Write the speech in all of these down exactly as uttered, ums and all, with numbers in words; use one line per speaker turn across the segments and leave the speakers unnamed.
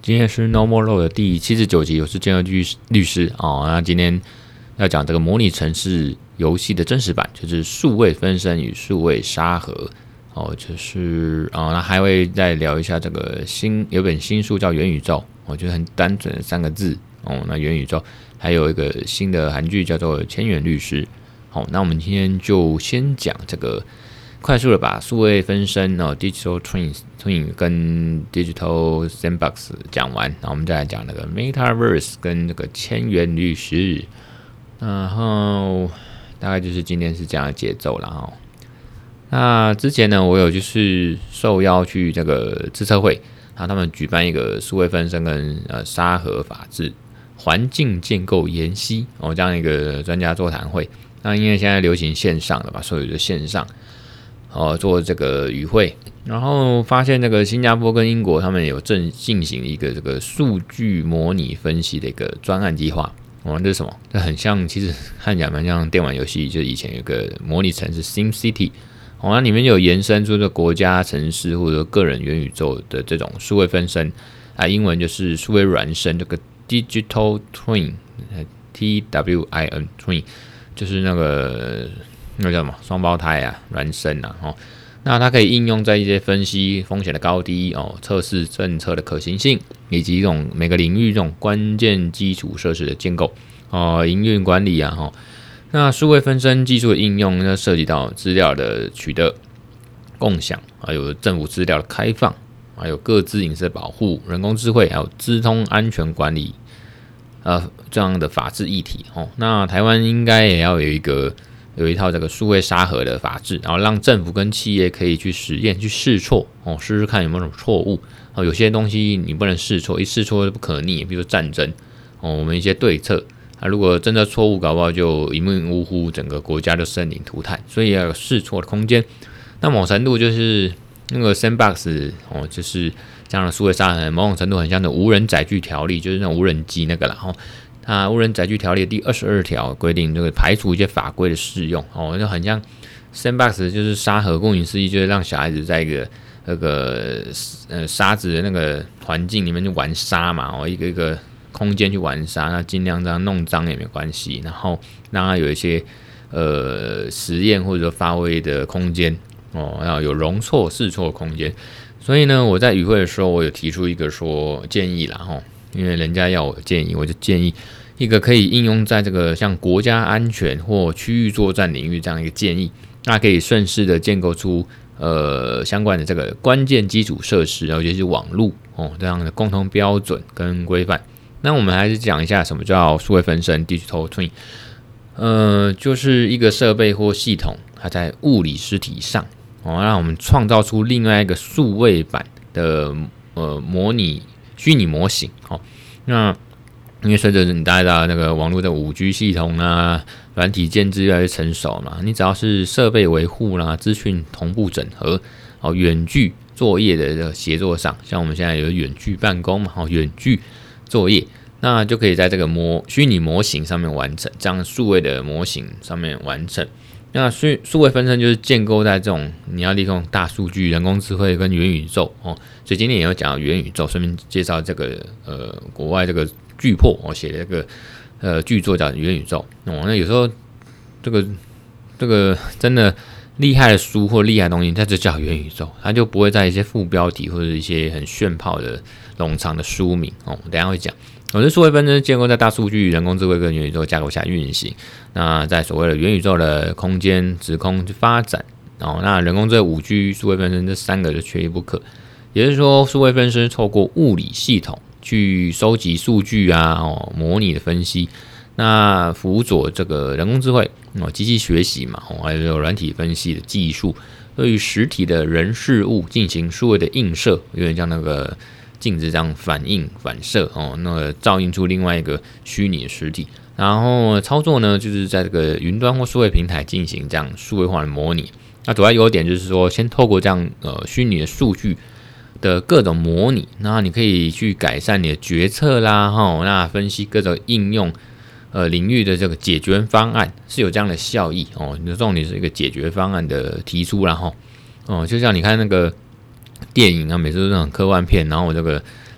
今天是 No More Law 的第七十九集，我是建和律师哦。那今天要讲这个模拟城市游戏的真实版，就是数位分身与数位沙盒哦，就是哦，那还会再聊一下这个新有本新书叫元宇宙，我觉得很单纯的三个字哦。那元宇宙还有一个新的韩剧叫做《千元律师》。好，那我们今天就先讲这个。快速的把数位分身哦 ，Digital Twins Twin 跟 Digital Sandbox 讲完，然后我们再来讲那个 Metaverse 跟那个千元律师，然后大概就是今天是这样的节奏了哈。那之前呢，我有就是受邀去这个资策会，然后他们举办一个数位分身跟呃沙盒法治环境建构研析哦这样一个专家座谈会。那因为现在流行线上的吧，所以就线上。哦，做这个与会，然后发现那个新加坡跟英国他们有正进行一个这个数据模拟分析的一个专案计划。哦，这是什么？这很像，其实看起来蛮像电玩游戏，就是以前有个模拟城市 Sim City， 哦，那里面有延伸出的国家城市或者个人元宇宙的这种数位分身啊，英文就是数位孪生，这个 Digital Twin，T W I N Twin， 就是那个。那个叫什么双胞胎啊，孪生啊，哦，那它可以应用在一些分析风险的高低哦，测试政策的可行性，以及这种每个领域这种关键基础设施的建构哦，营运管理啊，哦，那数位分身技术的应用呢，涉及到资料的取得、共享，还有政府资料的开放，还有个资隐私的保护、人工智慧，还有资通安全管理，呃，这样的法治议题哦。那台湾应该也要有一个。有一套这个数位沙盒的法制，然后让政府跟企业可以去实验、去试错哦，试试看有没有什么错误哦。有些东西你不能试错，一试错就不可逆，比如说战争哦，我们一些对策啊，如果真的错误，搞不好就一命呜呼，整个国家就生灵涂炭，所以要有试错的空间。那某程度就是那个 Sandbox 哦，就是这样的数位沙盒，某种程度很像的无人载具条例，就是那种无人机那个啦，然后。它无人载具条例第二十二条规定，这个排除一些法规的适用哦，就很像 Sandbox， 就是沙盒，顾名思义就是让小孩子在一个那个呃沙子的那个环境里面去玩沙嘛，哦，一个一个空间去玩沙，那尽量这样弄脏也没关系，然后让它有一些呃实验或者说发挥的空间哦，然后有容错试错的空间。所以呢，我在与会的时候，我有提出一个说建议啦，吼。因为人家要我建议，我就建议一个可以应用在这个像国家安全或区域作战领域这样一个建议，那可以顺势的建构出呃相关的这个关键基础设施，尤其是网络哦这样的共同标准跟规范。那我们还是讲一下什么叫数位分身 （Digital Twin）， 呃，就是一个设备或系统，它在物理实体上哦，让我们创造出另外一个数位版的呃模拟。虚拟模型，哦，那因为随着你大家知道那个网络的五 G 系统啊，软体建制越来越成熟嘛，你只要是设备维护啦、资讯同步整合，哦，远距作业的这个协作上，像我们现在有远距办公嘛，哦，远距作业，那就可以在这个模虚拟模型上面完成，这样数位的模型上面完成。那数数位分身就是建构在这种你要利用大数据、人工智慧跟元宇宙哦，所以今天也有讲到元宇宙，顺便介绍这个呃国外这个巨破我、哦、写的这个呃巨作叫元宇宙哦。那有时候这个这个真的厉害的书或厉害的东西，它就叫元宇宙，它就不会在一些副标题或者一些很炫炮的冗长的书名哦。等一下会讲。我的数位分身建构在大数据、人工智慧跟元宇宙架构下运行。那在所谓的元宇宙的空间、时空去发展，哦，那人工智慧、五 G、数位分身这三个就缺一不可。也就是说，数位分身透过物理系统去收集数据啊，哦，模拟的分析，那辅佐这个人工智慧、哦，机器学习嘛，哦，还有软体分析的技术，对于实体的人事物进行数位的映射，有点像那个。镜子这样反映反射哦，那个照映出另外一个虚拟的实体，然后操作呢，就是在这个云端或数位平台进行这样数位化的模拟。那主要优点就是说，先透过这样呃虚拟的数据的各种模拟，那你可以去改善你的决策啦，哈，那分析各种应用呃领域的这个解决方案是有这样的效益哦。你的重点是一个解决方案的提出啦，哈，哦，就像你看那个。电影啊，每次都是那种科幻片，然后这个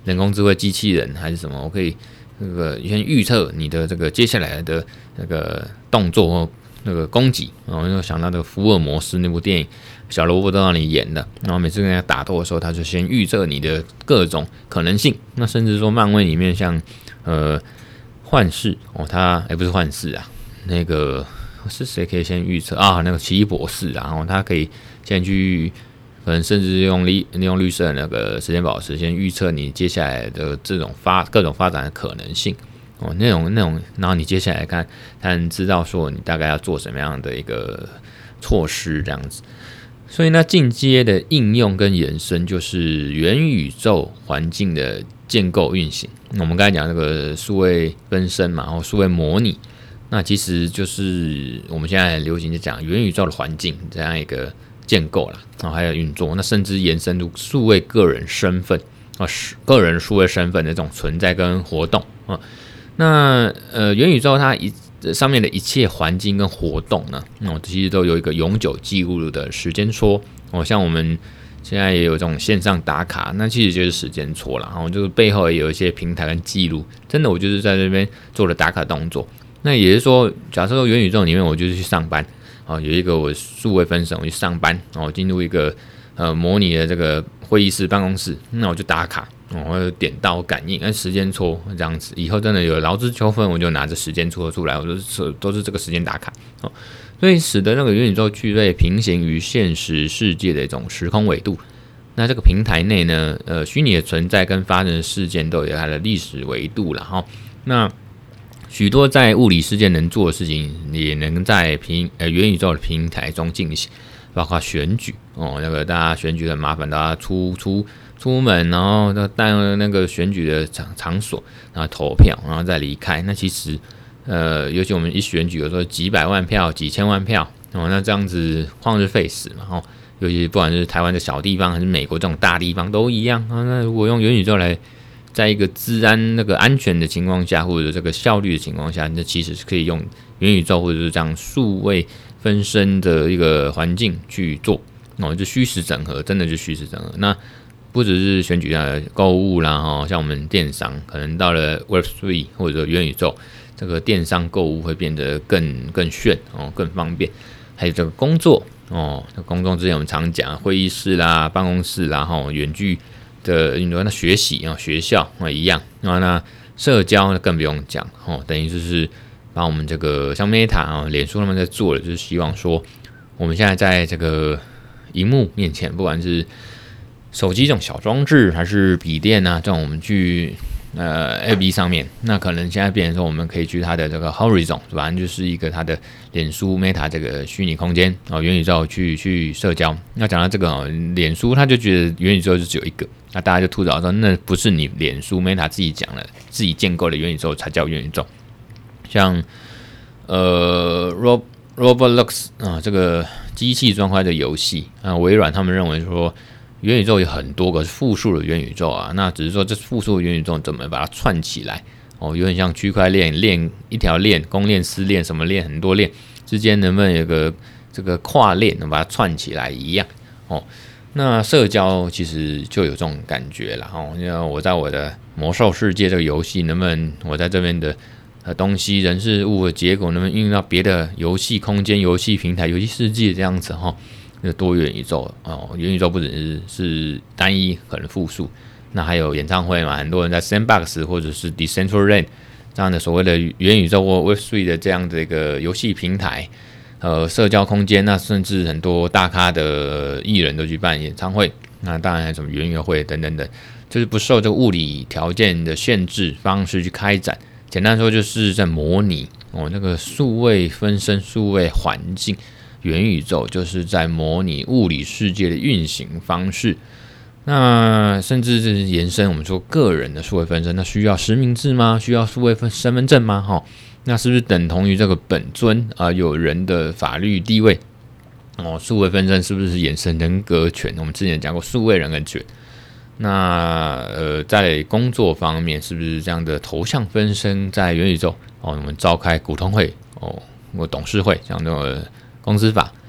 人工智慧机器人还是什么，我可以那个先预测你的这个接下来的那个动作或那个攻击。然后就想到这个福尔摩斯那部电影，小萝卜都让你演的，然后每次跟人家打斗的时候，他就先预测你的各种可能性。那甚至说漫威里面像呃幻视哦，他哎、欸、不是幻视啊，那个是谁可以先预测啊？那个奇异博士啊，然后他可以先去。可能甚至用利利用绿色的那个时间宝石，先预测你接下来的这种发各种发展的可能性哦，那种那种，然后你接下来看，他能知道说你大概要做什么样的一个措施这样子。所以那进阶的应用跟延伸，就是元宇宙环境的建构运行。我们刚才讲那个数位分身嘛，然后数位模拟，那其实就是我们现在流行就讲元宇宙的环境这样一个。建构啦，然后还有运作，那甚至延伸出数位个人身份啊，个人数位身份的这种存在跟活动啊。那呃，元宇宙它一上面的一切环境跟活动呢，哦，其实都有一个永久记录的时间戳哦。像我们现在也有这种线上打卡，那其实就是时间戳啦，然后就是背后也有一些平台跟记录。真的，我就是在这边做了打卡动作。那也就是说，假设说元宇宙里面，我就是去上班。哦，有一个我数位分身，我去上班，哦，进入一个呃模拟的这个会议室办公室，那我就打卡，哦，我就点到感应，按时间戳这样子，以后真的有劳资纠纷，我就拿着时间戳出来，我都是都是这个时间打卡，哦，所以使得那个元宇宙具备平行于现实世界的一种时空纬度。那这个平台内呢，呃，虚拟的存在跟发生的事件都有它的历史维度了，哈，那。许多在物理世界能做的事情，也能在平呃元宇宙的平台中进行，包括选举哦，那个大家选举很麻烦，大家出出出门，然后带那个选举的场场所，然后投票，然后再离开。那其实呃，尤其我们一选举，有时候几百万票、几千万票哦，那这样子旷日费时嘛，哦，尤其不管是台湾的小地方，还是美国这种大地方都一样啊。那如果用元宇宙来在一个治安那个安全的情况下，或者这个效率的情况下，那其实是可以用元宇宙或者是这样数位分身的一个环境去做，哦，就虚实整合，真的就虚实整合。那不只是选举啊，购物啦，哈，像我们电商，可能到了 Web 三 或者元宇宙，这个电商购物会变得更更炫哦，更方便。还有这个工作哦，工作之前我们常讲会议室啦、办公室啦，哈，远距的运作，那学习啊，学校啊一样，然后那社交更不用讲哦，等于就是把我们这个像 Meta 啊、脸书他们在做的，就是希望说我们现在在这个荧幕面前，不管是手机这种小装置，还是笔电啊，这种我们去呃 A B 上面，那可能现在变成说我们可以去它的这个 Horizon， 反正就是一个它的脸书 Meta 这个虚拟空间哦，元宇宙去去社交。那讲到这个哦，脸书他就觉得元宇宙就只有一个。那大家就吐槽说，那不是你脸书 Meta 自己讲了，自己建构的元宇宙才叫元宇宙。像呃 Rob Roblox 啊，这个机器砖块的游戏啊，微软他们认为说，元宇宙有很多个复数的元宇宙啊，那只是说这复数的元宇宙怎么把它串起来哦，有点像区块链链一条链，公链、私链什么链，很多链之间能不能有个这个跨链能把它串起来一样哦。那社交其实就有这种感觉啦，哦，因为我在我的魔兽世界这个游戏，能不能我在这边的呃东西、人事物的结果，能不能运用到别的游戏空间、游戏平台、游戏世界这样子哈？那多元宇宙哦，元宇宙不只是是单一，可能复数，那还有演唱会嘛，很多人在 Sandbox 或者是 Decentraland 这样的所谓的元宇宙或 Web 三 的这样的一个游戏平台。呃，社交空间，那甚至很多大咖的艺人都去办演唱会，那当然还有什么园游会等等等，就是不受这个物理条件的限制方式去开展。简单说，就是在模拟哦，那个数位分身、数位环境、元宇宙，就是在模拟物理世界的运行方式。那甚至是延伸，我们说个人的数位分身，那需要实名制吗？需要数位分身份证吗？哈。那是不是等同于这个本尊啊、呃？有人的法律地位哦，数位分身是不是衍生人格权？我们之前讲过数位人格权。那呃，在工作方面，是不是这样的头像分身在元宇宙哦？我们召开股东会哦，或董事会，像这种公司法，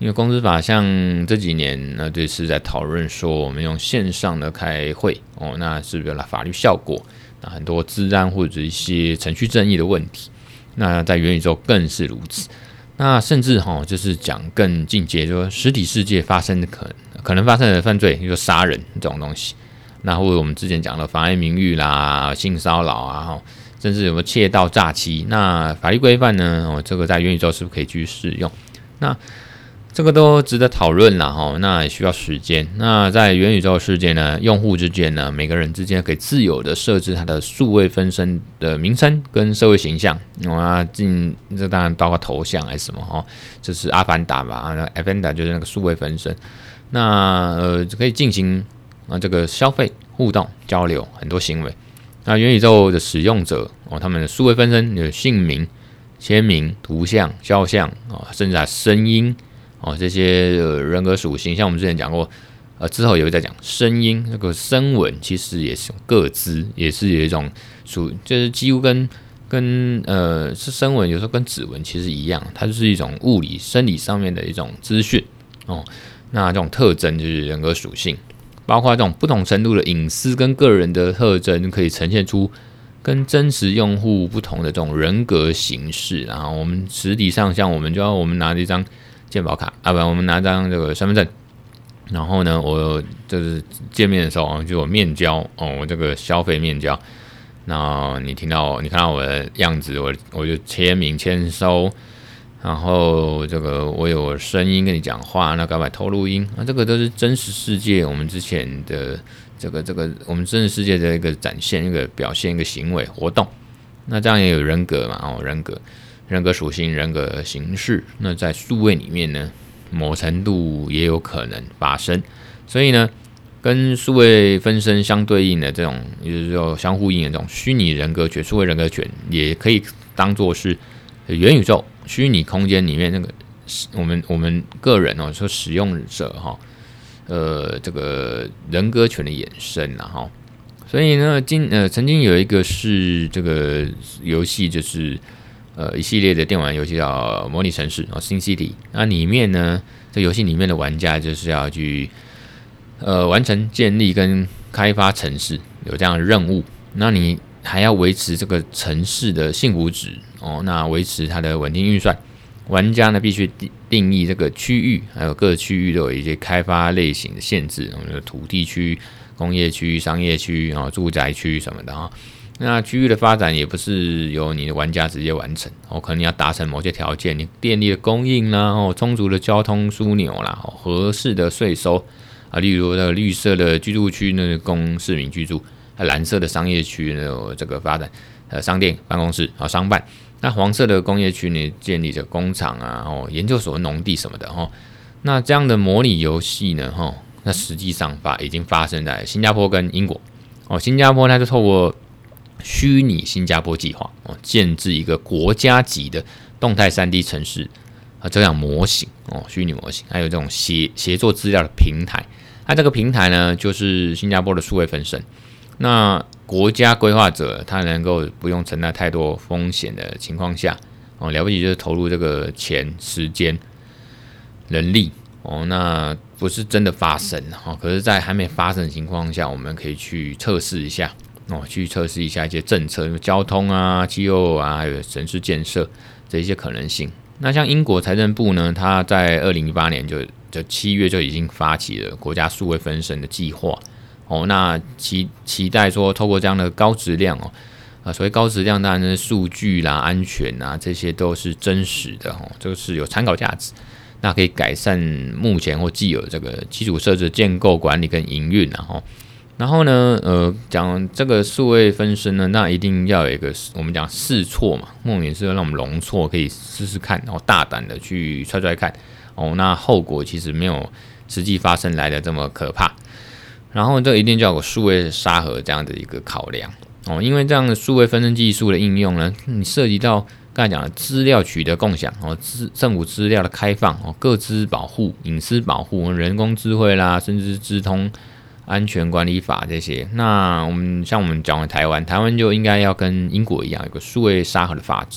因为公司法像这几年呢，对是在讨论说，我们用线上的开会哦，那是不是有了法律效果？那很多治安或者一些程序正义的问题，那在元宇宙更是如此。那甚至哈、哦，就是讲更进阶，就是说实体世界发生的可能可能发生的犯罪，比如说杀人这种东西，那或者我们之前讲的妨碍名誉啦、性骚扰啊，甚至有没有窃盗、诈欺，那法律规范呢？哦，这个在元宇宙是不是可以继续适用？那这个都值得讨论啦，哈，那也需要时间。那在元宇宙世界呢，用户之间呢，每个人之间可以自由的设置他的数位分身的名称跟社会形象。啊，进这当然包括头像还是什么哈，这是阿凡达吧？那阿凡达就是那个数位分身。那呃，可以进行啊这个消费、互动、交流很多行为。那元宇宙的使用者哦，他们的数位分身有姓名、签名、图像、肖像啊，甚至还声音。哦，这些、呃、人格属性，像我们之前讲过，呃，之后也会再讲声音，那个声纹其实也是个资，也是有一种属，就是几乎跟跟呃是声纹，有时候跟指纹其实一样，它就是一种物理生理上面的一种资讯哦。那这种特征就是人格属性，包括这种不同程度的隐私跟个人的特征，可以呈现出跟真实用户不同的这种人格形式。然后我们实体上，像我们就要我们拿着一张健保卡啊，不，我们拿张这个身份证，然后呢，我就是见面的时候就有面交哦，我这个消费面交，那你听到你看到我的样子，我我就签名签收，然后这个我有声音跟你讲话，那赶快偷录音，那这个都是真实世界我们之前的这个这个我们真实世界的一个展现、一个表现、一个行为活动，那这样也有人格嘛？哦，人格。人格属性、人格形式，那在数位里面呢，某程度也有可能发生。所以呢，跟数位分身相对应的这种，也就是说相互应的这种虚拟人格权、数位人格权，也可以当作是元宇宙虚拟空间里面那个我们我们个人哦，说使用者哈，呃，这个人格权的衍生啦哈。所以呢，今呃曾经有一个是这个游戏就是。呃，一系列的电玩游戏叫模拟城市哦 ，Sin City。那里面呢，这游戏里面的玩家就是要去呃完成建立跟开发城市，有这样的任务。那你还要维持这个城市的幸福值哦，那维持它的稳定运算。玩家呢必须定义这个区域，还有各区域都有一些开发类型的限制，我们的土地区、工业区、商业区啊、住宅区什么的啊。那区域的发展也不是由你的玩家直接完成哦，可能你要达成某些条件，你电力的供应啦，哦，充足的交通枢纽啦，哦，合适的税收啊，例如那个绿色的居住区呢，供市民居住；蓝色的商业区呢，有这个发展呃商店、办公室啊、商办；那黄色的工业区呢，建立着工厂啊、哦研究所、农地什么的哦。那这样的模拟游戏呢，哈，那实际上发已经发生在新加坡跟英国哦。新加坡它就透过虚拟新加坡计划哦，建制一个国家级的动态 三 D 城市啊，这样模型哦，虚拟模型，还有这种协协作资料的平台。那这个平台呢，就是新加坡的数位分身。那国家规划者他能够不用承担太多风险的情况下，哦，了不起就是投入这个钱、时间、人力哦，那不是真的发生哦，可是，在还没发生的情况下，我们可以去测试一下。哦，去测试一下一些政策，交通啊、气候啊，还有城市建设这一些可能性。那像英国财政部呢，它在二零一八年就就七月就已经发起了国家数位分身的计划。哦，那期期待说，透过这样的高质量哦，啊，所谓高质量当然是数据啦、安全啊，这些都是真实的哦，这个是有参考价值。那可以改善目前或既有这个基础设置建构、管理跟营运啊，吼。然后呢，呃，讲这个数位分身呢，那一定要有一个我们讲试错嘛，梦魇是让我们容错，可以试试看，然后大胆的去揣揣看，哦，那后果其实没有实际发生来的这么可怕。然后这一定就要有数位沙盒这样的一个考量哦，因为这样的数位分身技术的应用呢，你涉及到刚才讲的资料取得共享哦，政府资料的开放哦，个资保护、隐私保护、人工智慧啦，甚至资通。安全管理法这些，那我们像我们讲的台湾，台湾就应该要跟英国一样，有个数位沙盒的法制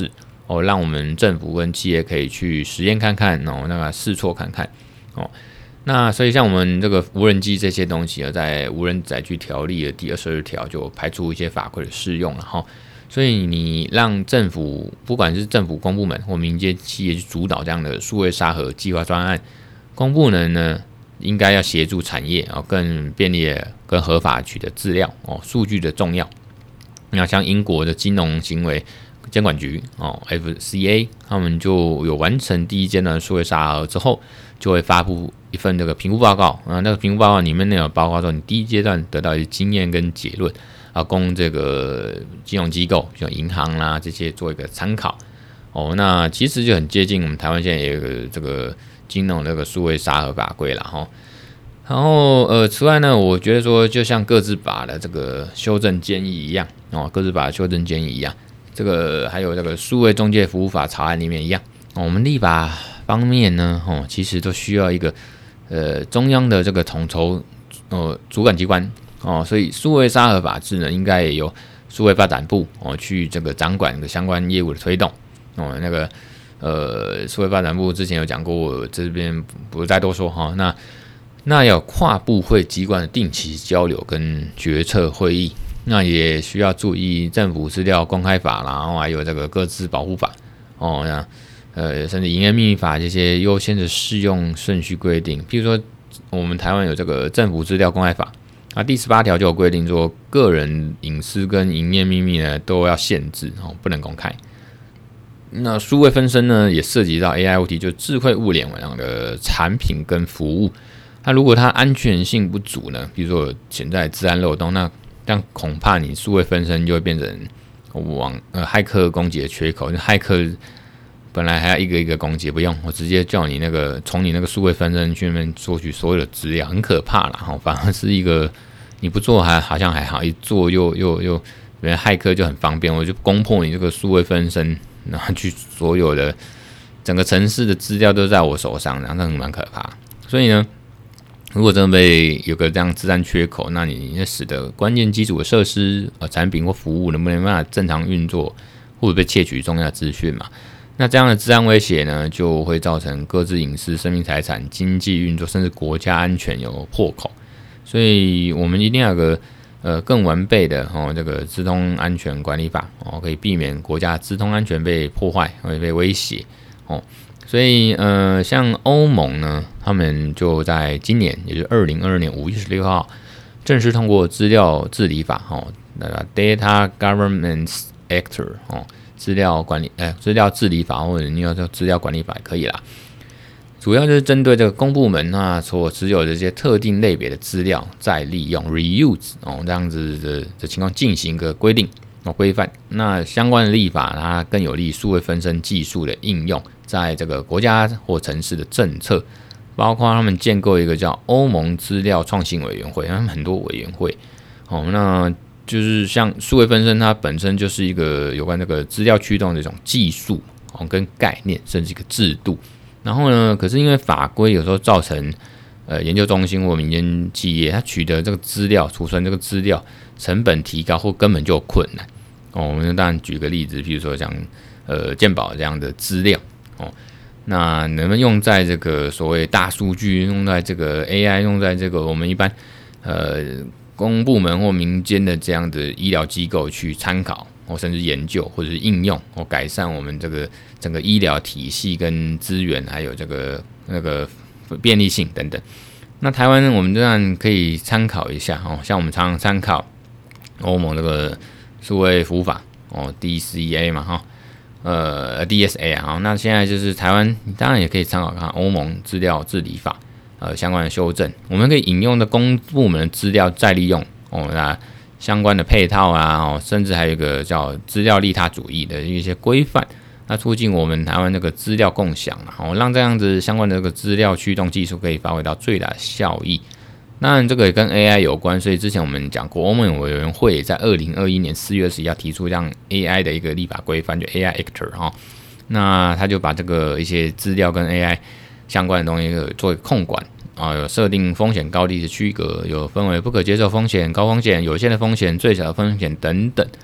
哦，让我们政府跟企业可以去实验看看哦，那个试错看看哦。那所以像我们这个无人机这些东西，在无人载具条例的第二十二条就排除一些法规的适用了哈。所以你让政府，不管是政府公部门或民间企业去主导这样的数位沙盒计划专案，公部门呢应该要协助产业啊，更便利跟合法取得资料哦，数据的重要。那像英国的金融行为监管局哦 F C A， 他们就有完成第一阶段的数位沙盒之后，就会发布一份这个评估报告啊，那个评估报告里面内有包括说你第一阶段得到一些经验跟结论啊，供这个金融机构像银行啦这些做一个参考哦。那其实就很接近我们台湾现在也有个这个金融那个数位沙盒法规啦哈。然后呃，此外呢，我觉得说就像个资法的这个修正建议一样哦，个资法的修正建议一样，这个还有这个数位中介服务法草案里面一样，哦、我们立法方面呢，哦，其实都需要一个呃中央的这个统筹呃主管机关哦，所以数位沙盒法制呢，应该也由数位发展部哦去这个掌管的相关业务的推动哦，那个呃数位发展部之前有讲过，我这边不再多说哈、哦，那。那有跨部会机关的定期交流跟决策会议，那也需要注意政府资料公开法，然后还有这个个资保护法哦，那呃甚至营业秘密法这些优先的适用顺序规定。譬如说，我们台湾有这个政府资料公开法，啊第十八条就有规定说，个人隐私跟营业秘密呢都要限制哦，不能公开。那数位分身呢，也涉及到 A I O T， 就智慧物联网的产品跟服务。那如果它安全性不足呢？比如说潜在治安漏洞，那这样恐怕你数位分身就会变成网呃骇客攻击的缺口。骇客本来还要一个一个攻击，不用，我直接叫你那个从你那个数位分身去那边索取所有的资料，很可怕啦。哈，反而是一个你不做还好像还好，一做又又又，原来骇客就很方便，我就攻破你这个数位分身，然后去所有的整个城市的资料都在我手上，然后那蛮可怕。所以呢。如果真的被有个这样治安缺口，那你使得关键基础的设施、呃产品或服务能不能办法正常运作，或者被窃取重要资讯嘛？那这样的治安威胁呢，就会造成个资隐私、生命财产、经济运作，甚至国家安全有破口。所以我们一定要有个呃更完备的哦这个资通安全管理法哦，可以避免国家资通安全被破坏或者被威胁哦。所以，呃，像欧盟呢，他们就在今年，也就是二零二二年五月十六号，正式通过资料治理法，哦，那个 Data Governance Act 哦，资料管理，呃，资料治理法，或者你要叫资料管理法也可以啦。主要就是针对这个公部门啊所持有的这些特定类别的资料再利用 reuse 哦这样子的的情况进行一个规定哦规范。那相关的立法，它更有利数位分身技术的应用。在这个国家或城市的政策，包括他们建构一个叫欧盟资料创新委员会，他们很多委员会，哦，那就是像数位分身，它本身就是一个有关这个资料驱动的一种技术哦跟概念，甚至一个制度。然后呢，可是因为法规有时候造成呃研究中心或民间企业，它取得这个资料、储存这个资料成本提高，或根本就有困难哦。我们当然举个例子，比如说像呃健保这样的资料。哦，那能不能用在这个所谓大数据，用在这个 A I， 用在这个我们一般呃公部门或民间的这样的医疗机构去参考，或甚至研究或者是应用，或改善我们这个整个医疗体系跟资源，还有这个那个便利性等等。那台湾我们当然可以参考一下哦，像我们常常参考欧盟这个数位服务法哦 ，D C A 嘛哈。呃 ，D S A 啊，那现在就是台湾，当然也可以参考看欧盟资料治理法，呃，相关的修正，我们可以引用的公部门的资料再利用哦，那相关的配套啊，哦，甚至还有一个叫资料利他主义的一些规范，那促进我们台湾这个资料共享啊，哦，让这样子相关的这个资料驱动技术可以发挥到最大的效益。当然，这个也跟 A I 有关，所以之前我们讲过，欧盟委员会也在二零二一年四月二十一号提出让 A I 的一个立法规范，就 A I Act 哈、哦。那他就把这个一些资料跟 A I 相关的东西做一个控管啊，有设定风险高低的区隔，有分为不可接受风险、高风险、有限的风险、最小的风险等等。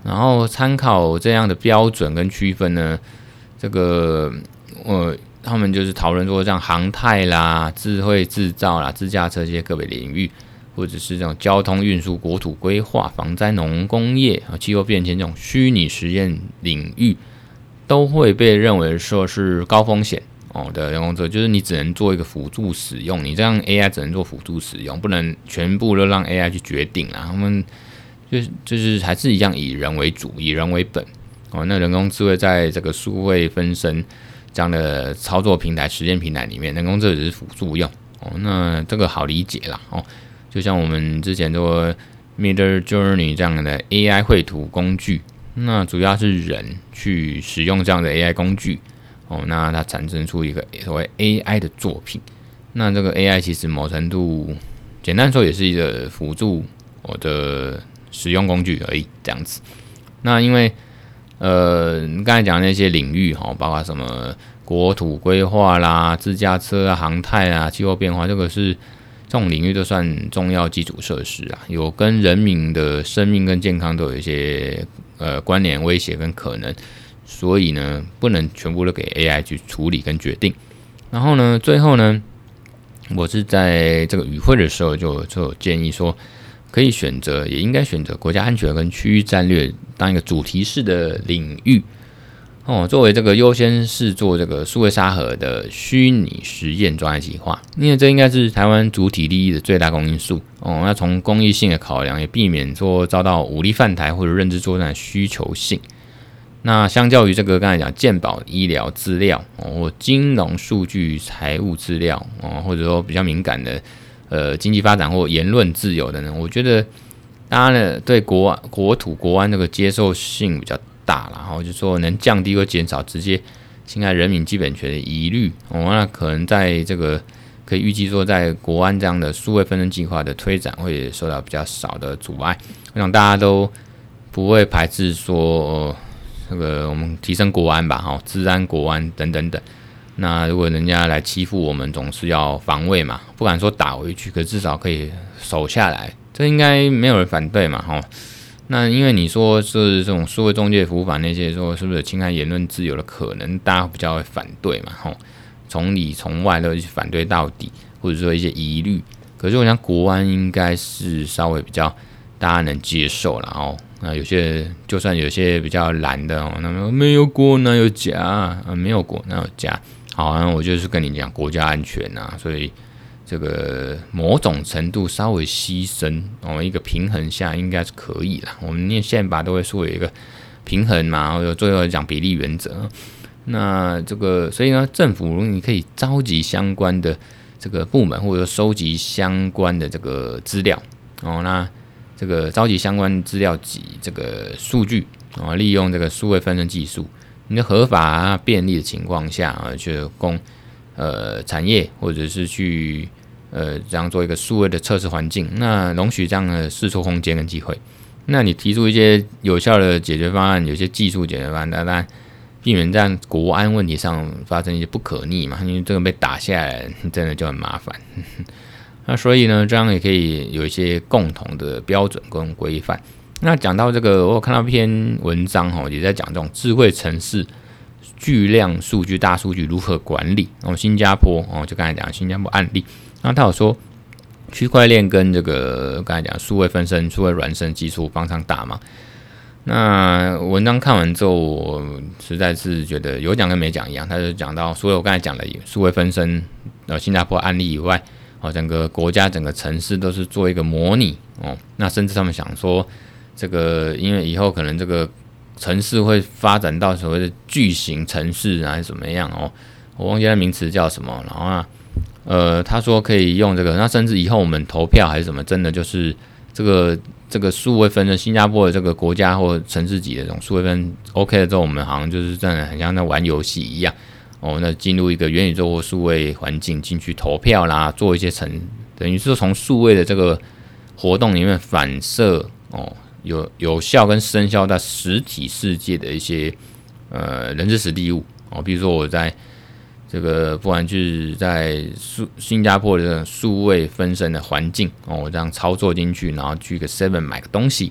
然后参考这样的标准跟区分呢，这个呃，他们就是讨论说，像航太啦、智慧制造啦、自驾车这些个别领域，或者是这种交通运输、国土规划、防灾、农工业啊、气候变迁这种虚拟实验领域，都会被认为说是高风险哦的人工智慧，就是你只能做一个辅助使用，你这样 A I 只能做辅助使用，不能全部都让 A I 去决定啦。他们就是就是还是一样以人为主，以人为本哦。那人工智慧在这个数位分身这样的操作平台、实验平台里面，人工智慧只是辅助用哦。那这个好理解啦哦。就像我们之前做 Midjourney 这样的 A I 绘图工具，那主要是人去使用这样的 A I 工具哦，那它产生出一个所谓 A I 的作品。那这个 A I 其实某程度简单说也是一个辅助我的使用工具而已，这样子。那因为呃，你刚才讲的那些领域哈，包括什么国土规划啦、自驾车啊、航太啊、气候变化，这个是这种领域都算重要基础设施啊，有跟人民的生命跟健康都有一些呃关联、威胁跟可能，所以呢，不能全部都给 A I 去处理跟决定。然后呢，最后呢，我是在这个与会的时候就就有建议说，可以选择，也应该选择国家安全跟区域战略当一个主题式的领域哦，作为这个优先是做这个数位沙盒的虚拟实验专案计划，因为这应该是台湾主体利益的最大公因素哦。那从公益性的考量，也避免说遭到武力犯台或者认知作战的需求性。那相较于这个刚才讲健保医疗资料哦，或金融数据、财务资料哦，或者说比较敏感的呃经济发展或言论自由的呢，我觉得大家呢对国国土国安这个接受性比较大啦，然后就说能降低或减少直接侵害人民基本权的疑虑哦，那可能在这个可以预计说，在国安这样的数位分身计划的推展会受到比较少的阻碍，我想大家都不会排斥说。呃这个我们提升国安吧，哈，治安、国安等等等。那如果人家来欺负我们，总是要防卫嘛，不敢说打回去，可至少可以守下来，这应该没有人反对嘛，哈。那因为你说是这种数位中介服务法那些说是不是侵害言论自由的可能，大家比较会反对嘛，哈，从里从外都去反对到底，或者说一些疑虑。可是我想国安应该是稍微比较大家能接受啦，哦。那有些就算有些比较懒的哦，那么没有国哪有家啊？没有国哪有家？好，那我就是跟你讲国家安全啊，所以这个某种程度稍微牺牲哦，一个平衡下应该是可以啦。我们念宪法都会说有一个平衡嘛，或者最后讲比例原则。那这个所以呢，政府你可以召集相关的这个部门，或者收集相关的这个资料哦，那。这个召集相关资料及这个数据啊，利用这个数位分身技术，你的合法、啊、便利的情况下啊，去供呃产业或者是去呃这样做一个数位的测试环境，那容许这样的试错空间跟机会。那你提出一些有效的解决方案，有些技术解决方案，当然避免在国安问题上发生一些不可逆嘛，因为这个被打下来，真的就很麻烦。那所以呢，这样也可以有一些共同的标准跟规范。那讲到这个，我有看到一篇文章哈，也在讲这种智慧城市、巨量数据、大数据如何管理。然后新加坡哦，就刚才讲新加坡案例，那他有说区块链跟这个刚才讲数位分身、数位孪生技术帮上大忙。那文章看完之后，我实在是觉得有讲跟没讲一样。他就讲到，除了我刚才讲的数位分身呃新加坡案例以外。哦，整个国家、整个城市都是做一个模拟哦。那甚至他们想说，这个因为以后可能这个城市会发展到所谓的巨型城市啊，还是怎么样哦？我忘记那名词叫什么。然后啊，呃，他说可以用这个，那甚至以后我们投票还是什么，真的就是这个这个数位分的新加坡的这个国家或城市级的这种数位分 OK 了之后，我们好像就是真的很像在玩游戏一样。哦，那进入一个元宇宙或数位环境进去投票啦，做一些成，等于是从数位的这个活动里面反射哦，有有效跟生效在实体世界的一些呃人之实地物哦，比如说我在这个不管是在新加坡的这种数位分身的环境哦，我这样操作进去，然后去个 Seven 买个东西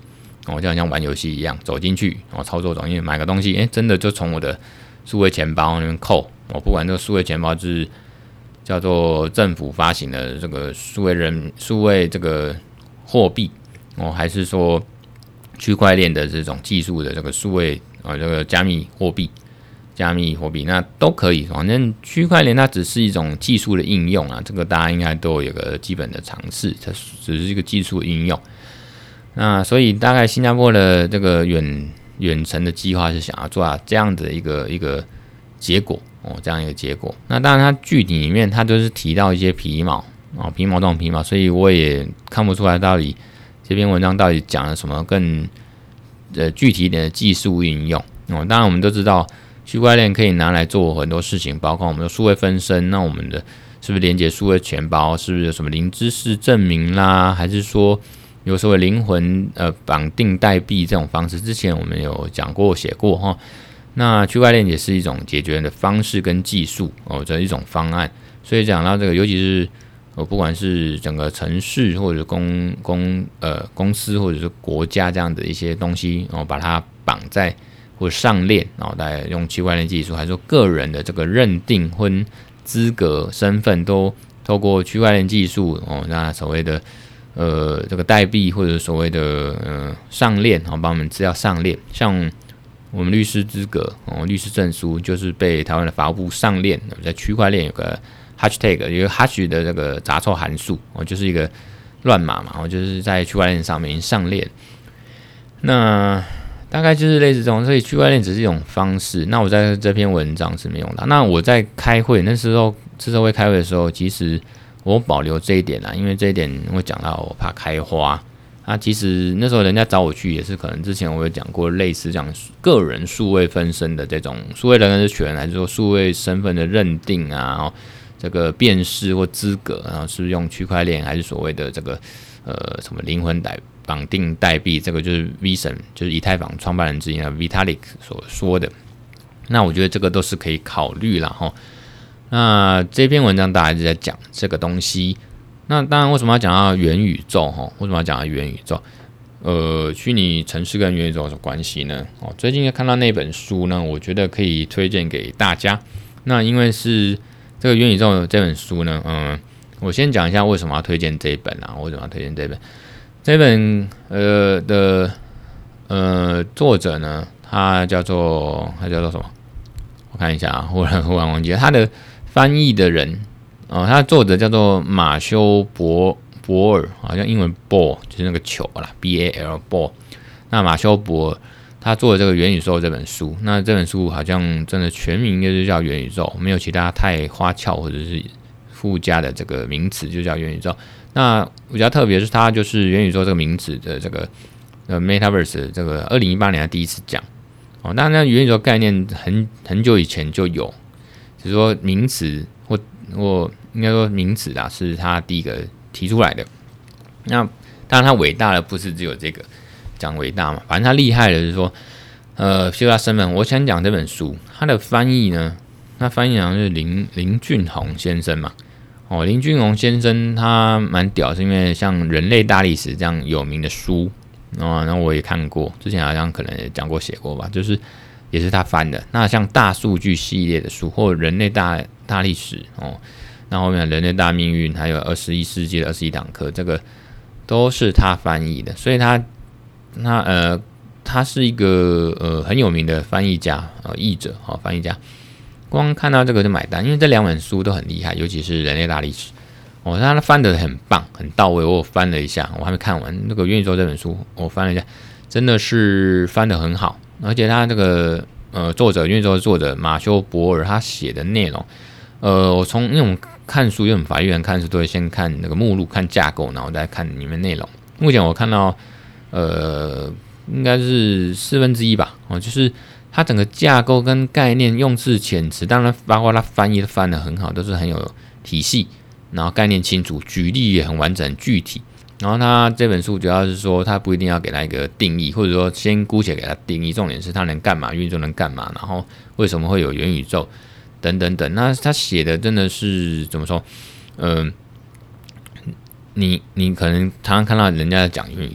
哦，就好像玩游戏一样，走进去哦，操作走进去买个东西，哎，真的就从我的数位钱包那边扣。哦，不管这个数位钱包是叫做政府发行的这个数位人数位这个货币哦，还是说区块链的这种技术的这个数位啊，这个加密货币、加密货币那都可以。反正区块链它只是一种技术的应用啊，这个大家应该都有个基本的常识，它只是一个技术的应用。那所以大概新加坡的这个远远程的计划是想要做到这样的一个一个结果哦，这样一个结果。那当然它具体里面它就是提到一些皮毛哦，皮毛动皮毛，所以我也看不出来到底这篇文章到底讲了什么更呃具体一点的技术应用哦。当然我们都知道区块链可以拿来做很多事情，包括我们的数位分身，那我们的是不是连接数位钱包，是不是有什么零知识证明啦，还是说有所谓灵魂呃绑定代币这种方式，之前我们有讲过写过哈。那区块链也是一种解决的方式跟技术哦的一种方案，所以讲到这个，尤其是呃不管是整个城市或者公公呃公司或者是国家这样的一些东西，然后把它绑在或上链，然后再用区块链技术，还是说个人的这个认定或资格身份都透过区块链技术哦，那所谓的呃，这个代币或者所谓的呃上链，好，帮我们资料上链，像我们律师资格哦，律师证书就是被台湾的法务部上链，在区块链有个 hashtag， 有一个 hash 的这个杂凑函数哦，就是一个乱码嘛，哦，就是在区块链上面上链。那大概就是类似这种，所以区块链只是一种方式。那我在这篇文章是没用的。那我在开会那时候，自社会开会的时候，其实我保留这一点啦，因为这一点我讲到我怕开花啊。其实那时候人家找我去也是可能之前我有讲过类似讲个人数位分身的这种数位人格权，还是说数位身份的认定啊，哦、这个辨识或资格，然后是不是用区块链还是所谓的这个呃什么灵魂代绑定代币，这个就是 Vision 就是以太坊创办人之一的 Vitalik 所说的。那我觉得这个都是可以考虑啦齁。那这篇文章大家一直在讲这个东西，那当然为什么要讲到元宇宙？哈，为什么要讲到元宇宙？呃，虚拟城市跟元宇宙有什么关系呢？哦，最近看到那本书呢，我觉得可以推荐给大家。那因为是这个元宇宙这本书呢，嗯，我先讲一下为什么要推荐这一本啊？为什么要推荐这本？这本呃的呃作者呢，他叫做他叫做什么？我看一下啊，忽然忽然忘记了他的翻译的人哦，他的作者叫做马修博博尔，好像英文 ball 就是那个球啦 ，B A L ball。那马修博尔他做的这个元宇宙这本书，那这本书好像真的全名就叫元宇宙，没有其他太花俏或者是附加的这个名词，就叫元宇宙。那比较特别是它就是元宇宙这个名词的这个呃 Metaverse 这个二零一八年他第一次讲哦，那那元宇宙概念很很久以前就有，只是说名词或或应该说名词啊是他第一个提出来的。那当然他伟大的不是只有这个讲伟大嘛，反正他厉害的是说呃，就他身份，我想讲这本书他的翻译呢，那翻译好像是林林俊宏先生嘛。哦，林俊宏先生他蛮屌，是因为像《人类大历史》这样有名的书，哦，那我也看过，之前好像可能也讲过写过吧，就是也是他翻的。那像大数据系列的书，或者《人类大大历史》哦，那后面《人类大命运》，还有二十一世纪的二十一堂课，这个都是他翻译的，所以他他呃，他是一个呃很有名的翻译家，呃译者，哦，翻译家。光看到这个就买单，因为这两本书都很厉害，尤其是《人类大历史》哦，他翻得很棒，很到位。我翻了一下，我还没看完那个《元宇宙》这本书，我翻了一下，真的是翻得很好。而且他这个呃作者《元宇宙》的作者马修博尔他写的内容，呃，我从因为我们看书，因为我们法律人看书都会先看那个目录、看架构，然后再看里面内容。目前我看到呃应该是四分之一吧，哦，就是。它整个架构跟概念、用字遣词，当然包括它翻译都翻得很好，都是很有体系，然后概念清楚，举例也很完整、很具体。然后它这本书主要是说，它不一定要给它一个定义，或者说先姑且给它定义，重点是它能干嘛，元宇宙能干嘛，然后为什么会有元宇宙等等等。那他写的真的是怎么说？嗯、呃，你你可能常常看到人家在讲元宇宙，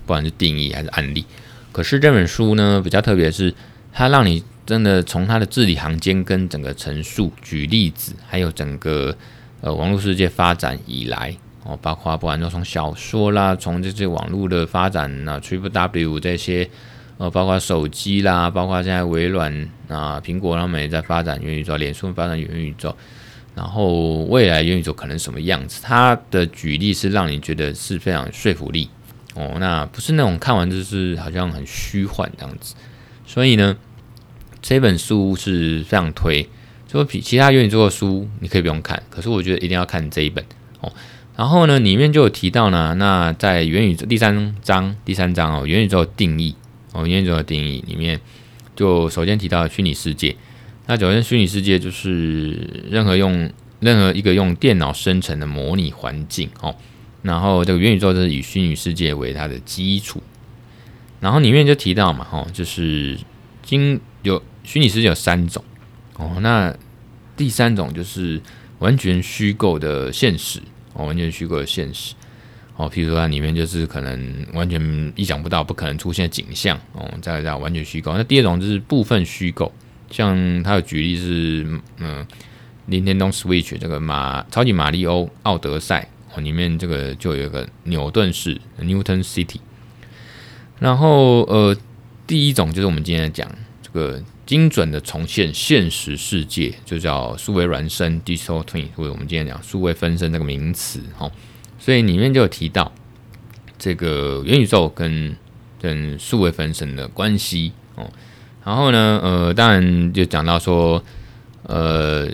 不管是定义还是案例。可是这本书呢比较特别的是，它让你真的从它的字里行间跟整个陈述、举例子，还有整个呃网络世界发展以来哦，包括不管说从小说啦，从这些网络的发展啊 ，Triple W 这些。呃，包括手机啦，包括现在微软啊、苹果他们也在发展元宇宙，脸书发展元宇宙，然后未来元宇宙可能什么样子？它的举例是让你觉得是非常有说服力哦，那不是那种看完就是好像很虚幻这样子。所以呢，这本书是非常推，就比其他元宇宙的书你可以不用看，可是我觉得一定要看这一本哦。然后呢，里面就有提到呢，那在元宇宙第三章第三章哦，元宇宙的定义。哦，元宇宙的定义里面，就首先提到虚拟世界。那首先，虚拟世界就是任何用任何一个用电脑生成的模拟环境哦。然后这个元宇宙就是以虚拟世界为它的基础。然后里面就提到嘛，哦，就是经有虚拟世界有三种哦。那第三种就是完全虚构的现实哦，完全虚构的现实。哦，譬如说它里面就是可能完全意想不到、不可能出现的景象哦，再这样完全虚构。那第二种就是部分虚构，像它的举例是，嗯，任天堂 Switch 这个马超级马里奥奥德赛哦，里面这个就有一个牛顿市 Newton City。然后呃，第一种就是我们今天讲这个精准的重现现实世界，就叫数位孪生 Digital Twin， 或者我们今天讲数位分身这个名词哦。所以里面就有提到这个元宇宙跟跟数位分身的关系哦。然后呢，呃，当然就讲到说，呃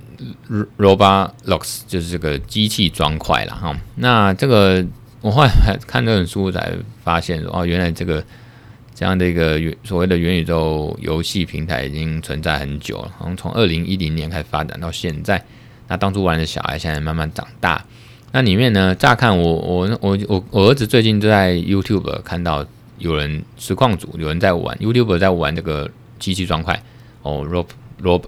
，Roblox 就是这个机器砖块啦哈。那这个我后来看这本书才发现说，哦，原来这个这样的一个所谓的元宇宙游戏平台已经存在很久了，好像从二零一零年开始发展到现在。那当初玩的小孩现在慢慢长大。那里面呢，乍看我我我我我儿子最近就在 YouTube 看到有人实况组有人在玩 YouTube 在玩这个机器砖块哦 Rob Rob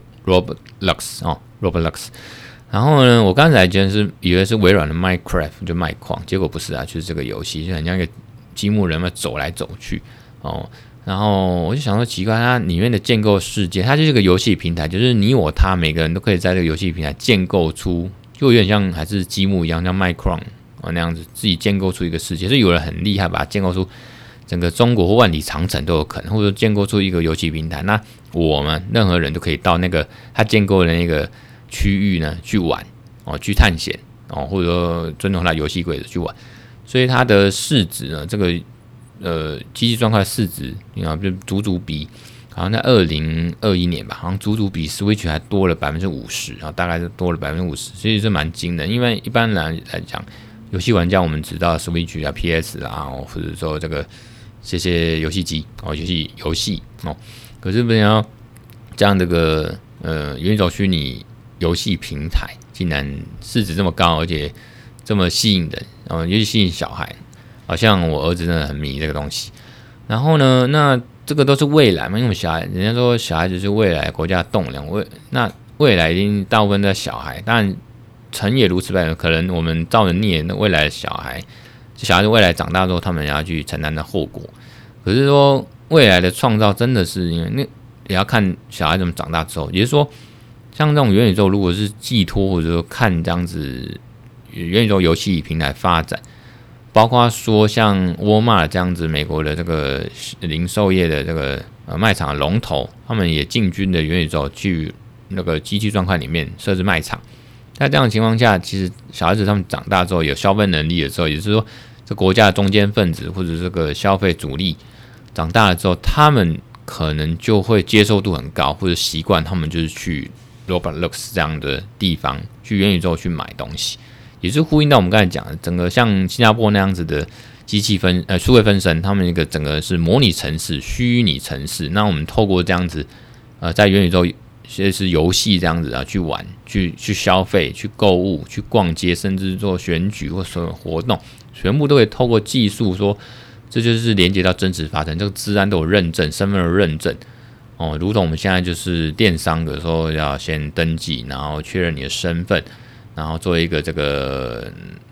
Roblox 哦 Roblox。然后呢，我刚才觉得是以为是微软的 Minecraft 就卖矿，结果不是啊，就是这个游戏就很像一个积木人嘛走来走去哦。然后我就想说奇怪，它里面的建构世界，它就是个游戏平台，就是你我他每个人都可以在这个游戏平台建构出。就有点像还是积木一样，像 Minecraft 那样子，自己建构出一个世界。所以有人很厉害，把它建构出整个中国或万里长城都有可能，或者建构出一个游戏平台。那我们任何人都可以到那个他建构的那个区域呢去玩哦，去探险哦，或者说尊重他游戏规则去玩。所以它的市值呢，这个呃机器砖块市值，你看就足足比。好像在二零二一年吧，好像足足比 Switch 还多了百分之五十，然后大概是多了百分之五十，其实是蛮惊人。因为一般人来讲，游戏玩家我们知道 Switch 啊、P S 啊，或者说这个这些游戏机哦，游戏游戏哦，可是不要这样的个呃元宇宙虚拟游戏平台，竟然市值这么高，而且这么吸引人，哦，尤其吸引小孩，好像我儿子真的很迷这个东西。然后呢，那这个都是未来嘛，因为小孩，人家说小孩子是未来国家的栋梁，未那未来一定大部分在小孩，当然成也如此吧，可能我们造人孽，那未来的小孩，小孩子未来长大之后，他们要去承担的后果。可是说未来的创造真的是因为那也要看小孩怎么长大之后，也就是说，像这种元宇宙，如果是寄托或者说看这样子元宇宙游戏平台发展。包括说像沃尔玛这样子，美国的这个零售业的这个呃卖场的龙头，他们也进军的元宇宙去那个机器砖块里面设置卖场。在这样的情况下，其实小孩子他们长大之后有消费能力的时候，也就是说，这国家的中间分子或者这个消费主力长大了之后，他们可能就会接受度很高，或者习惯他们就是去 Roblox 这样的地方去元宇宙去买东西。也是呼应到我们刚才讲的，整个像新加坡那样子的机器分呃数位分身，他们一个整个是模拟城市、虚拟城市。那我们透过这样子，呃，在元宇宙其是游戏这样子啊，去玩、去去消费、去购物、去逛街，甚至做选举或所有活动，全部都可以透过技术说，这就是连接到真实发生。这个治安都有认证，身份的认证哦，如同我们现在就是电商的时候要先登记，然后确认你的身份。然后做一个这个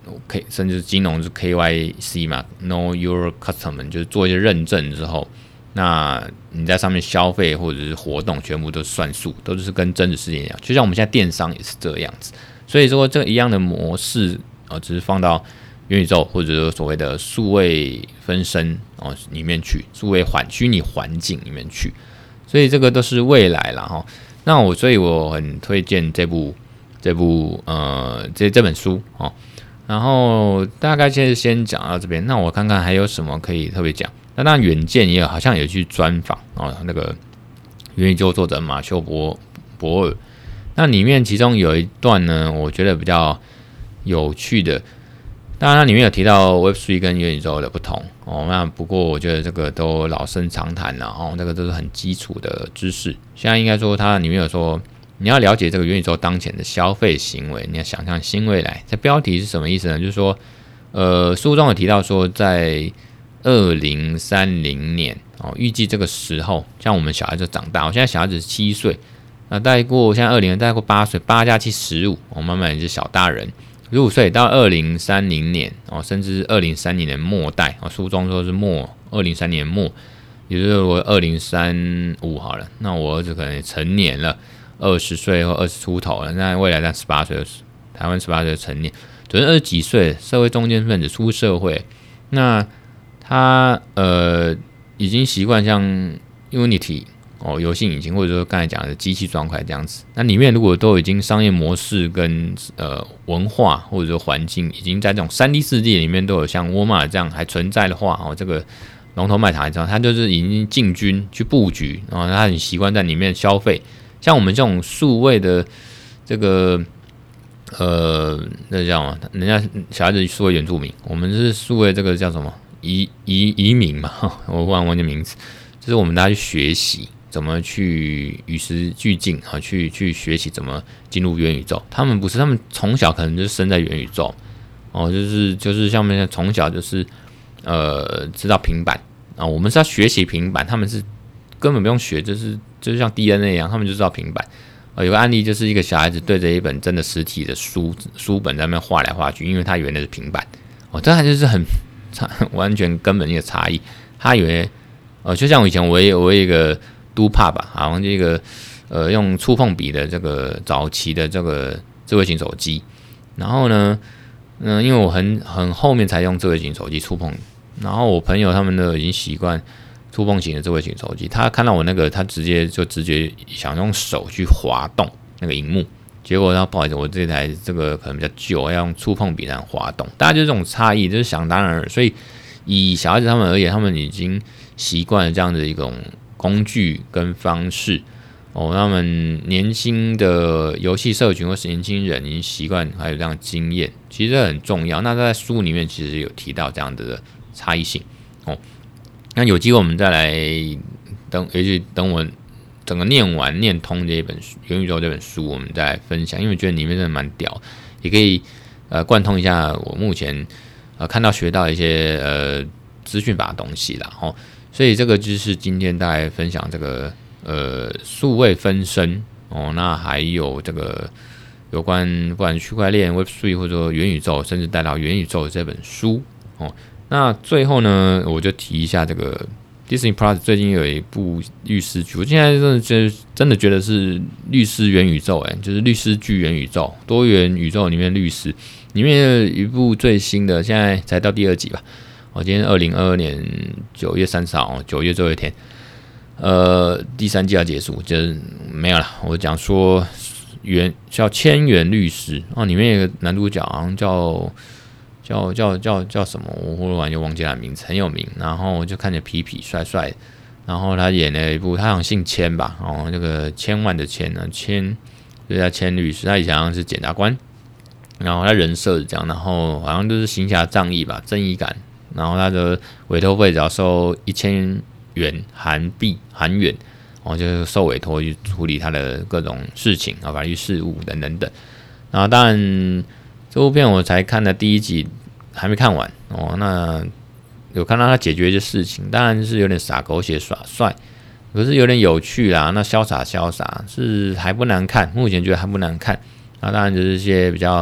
K 甚至金融是 K Y C 嘛 ，Know Your Customer， 就是做一些认证之后，那你在上面消费或者是活动，全部都是算数，都是跟真实世界一样。就像我们现在电商也是这样子，所以说这一样的模式哦，只是放到元宇宙或者说所谓的数位分身哦里面去，数位环虚拟环境里面去，所以这个都是未来啦哈。那我所以我很推荐这部这部呃这这本书哦。然后大概先先讲到这边，那我看看还有什么可以特别讲。那当然远见也有好像有去专访哦，那个元宇宙作者马修博博尔，那里面其中有一段呢，我觉得比较有趣的。当然，它里面有提到 Web 三 跟元宇宙的不同哦。那不过我觉得这个都老生常谈了哦，这个都是很基础的知识。现在应该说它里面有说，你要了解这个元宇宙当前的消费行为，你要想象新未来。这标题是什么意思呢？就是说，呃，书中有提到说，在二零三零年哦，预计这个时候，像我们小孩子长大，我现在小孩子是七岁，那带过现在二零，带过八岁，八加七十五，我慢慢也是小大人。十五岁到二零三零年哦，甚至二零三零年末代哦，书中说是末二零三零年末，也就是我二零三五好了，那我儿子可能也成年了，二十岁或二十出头了，那未来在十八岁，台湾十八岁成年，准二十几岁，社会中间分子出社会，那他呃已经习惯像 Unity。哦，游戏引擎或者说刚才讲的机器砖块这样子，那里面如果都已经商业模式跟呃文化或者说环境已经在这种 三 D 世界里面都有像沃尔玛这样还存在的话，哦，这个龙头卖场这样，它就是已经进军去布局，然后他很习惯在里面消费。像我们这种数位的这个呃，那叫什么？人家小孩子数位原住民，我们是数位这个叫什么移移移民嘛？我忽然忘记名字，就是我们大家去学习。怎么去与时俱进啊？去去学习怎么进入元宇宙？他们不是，他们从小可能就是生在元宇宙哦，就是就是像我们从小就是呃知道平板啊，我们是要学习平板，他们是根本不用学，就是就是像 D N A 一样，他们就知道平板。呃，有个案例就是一个小孩子对着一本真的实体的书书本在那边画来画去，因为他以为那是平板哦，这还就是很完全根本一个差异。他以为呃，就像我以前我也我有一个。都怕吧，好像这个呃用触碰笔的这个早期的这个智慧型手机，然后呢，嗯、呃，因为我很很后面才用智慧型手机触碰，然后我朋友他们都已经习惯触碰型的智慧型手机，他看到我那个，他直接就直接想用手去滑动那个荧幕，结果他不好意思，我这台这个可能比较旧，要用触碰笔来滑动，大家就是这种差异，就是想当然，所以以小孩子他们而言，他们已经习惯了这样的一种。工具跟方式哦，他们年轻的游戏社群或是年轻人已经习惯，还有这样的经验，其实很重要。那在书里面其实有提到这样的差异性哦。那有机会我们再来等，也许等我整个念完念通这一本书《元宇宙》这本书，我们再来分享，因为觉得里面真的蛮屌，也可以呃贯通一下我目前呃看到学到一些呃资讯法的东西啦哦。所以这个就是今天大概分享这个呃数位分身哦，那还有这个有关不管区块链 Web 三 或者说元宇宙，甚至带到元宇宙这本书哦。那最后呢，我就提一下这个 Disney Plus 最近有一部律师剧，我现在真的觉得真的觉得是律师元宇宙，哎，就是律师剧元宇宙，多元宇宙里面律师里面有一部最新的，现在才到第二集吧。我今天二零二二年九月三十号，九月最后一天，呃，第三季要结束，就是没有了。我讲说原叫千元律师哦，里面有个男主角好像叫叫叫叫叫什么，我忽然就忘记他名字，很有名。然后就看着痞痞帅帅，然后他演了一部，他好像姓千吧，哦，这个千万的千呢，千就是他千律师，他以前好像是检察官，然后他人设是这样，然后好像就是行侠仗义吧，正义感。然后他的委托费只要收一千元韩币韩元，然后就受委托去处理他的各种事情啊，法律事务等等等。然后当然这部片我才看了第一集，还没看完哦。那有看到他解决一些事情，当然是有点洒狗血耍帅，可是有点有趣啦。那潇洒潇洒是还不难看，目前觉得还不难看。那当然就是一些比较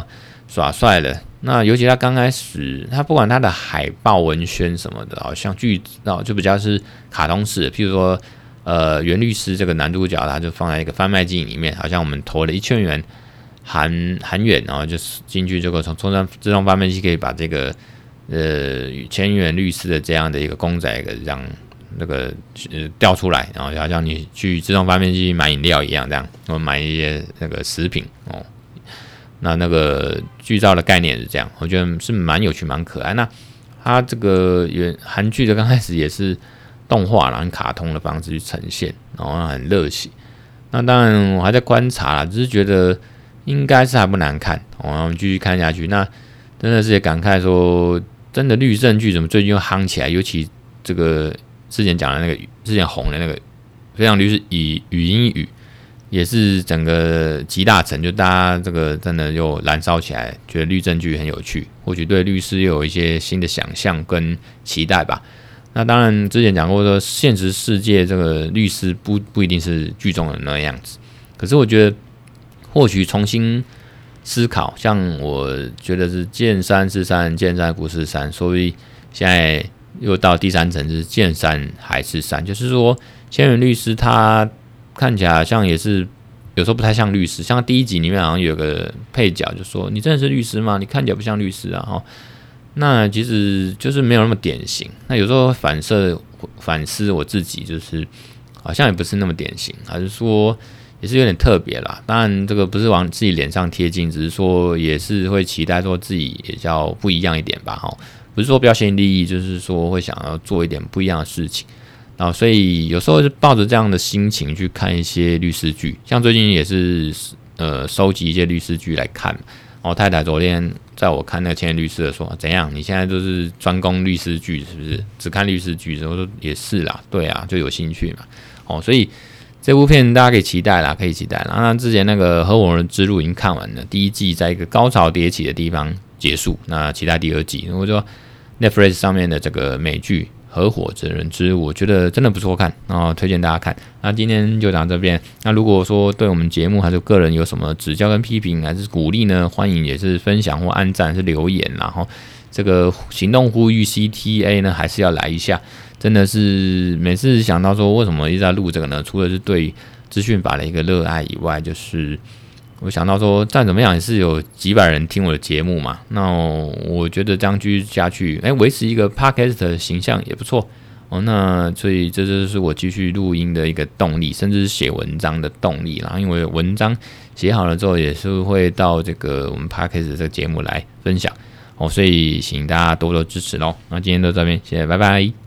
耍帅了。那尤其他刚开始，他不管他的海报文宣什么的，好像剧哦就比较是卡通式的，譬如说，呃，袁律师这个男主角，他就放在一个贩卖机里面，好像我们投了一千元韩韩元，然后就是进去这个从从自动贩卖机可以把这个呃千元律师的这样的一个公仔给让那个呃调出来，然后好像你去自动贩卖机买饮料一样，这样我买一些那个食品哦。那那个剧照的概念是这样，我觉得是蛮有趣、蛮可爱。那它这个原韩剧的刚开始也是动画啦，用卡通的方式去呈现，然后很热血。那当然我还在观察啦，只是觉得应该是还不难看，哦，然后继续看下去。那真的是也感慨说，真的律政剧怎么最近又夯起来？尤其这个之前讲的那个之前红的那个《非常律师语语音语》。也是整个集大成，就大家这个真的又燃烧起来，觉得律政剧很有趣，或许对律师又有一些新的想象跟期待吧。那当然之前讲过说，现实世界这个律师不不一定是剧中的那样子，可是我觉得或许重新思考，像我觉得是见山是山，见山不是山，所以现在又到第三层，就是见山还是山，就是说千元律师他看起来好像也是有时候不太像律师，像第一集里面好像有个配角就说：“你真的是律师吗？你看起来不像律师啊！”哈，那其实就是没有那么典型。那有时候反射反思我自己，就是好像也不是那么典型，还是说也是有点特别啦。当然，这个不是往自己脸上贴金，只是说也是会期待说自己也要不一样一点吧。哈，不是说标新立异，就是说会想要做一点不一样的事情。然后，所以有时候是抱着这样的心情去看一些律师剧，像最近也是呃收集一些律师剧来看。我太太昨天在我看那个千元律师的说，怎样？你现在都是专攻律师剧是不是？只看律师剧？我说也是啦，对啊，就有兴趣嘛。哦，所以这部片大家可以期待啦，可以期待啦。那之前那个《合伙人之路》已经看完了，第一季在一个高潮迭起的地方结束，那期待第二季。我说 Netflix 上面的这个美剧。合伙人之我觉得真的不错看，然后推荐大家看。那今天就讲这边。那如果说对我们节目还是个人有什么指教跟批评，还是鼓励呢？欢迎也是分享或按赞，是留言。然后这个行动呼吁 C T A 呢，还是要来一下。真的是每次想到说为什么一直在录这个呢？除了是对资讯法的一个热爱以外，就是我想到说，再怎么样也是有几百人听我的节目嘛。那我觉得这样继续下去，哎，维持一个 podcast 的形象也不错哦。那所以这就是我继续录音的一个动力，甚至是写文章的动力啦。因为文章写好了之后，也是会到这个我们 podcast 这个节目来分享哦。所以请大家多多支持咯。那今天就到这边，谢谢，拜拜。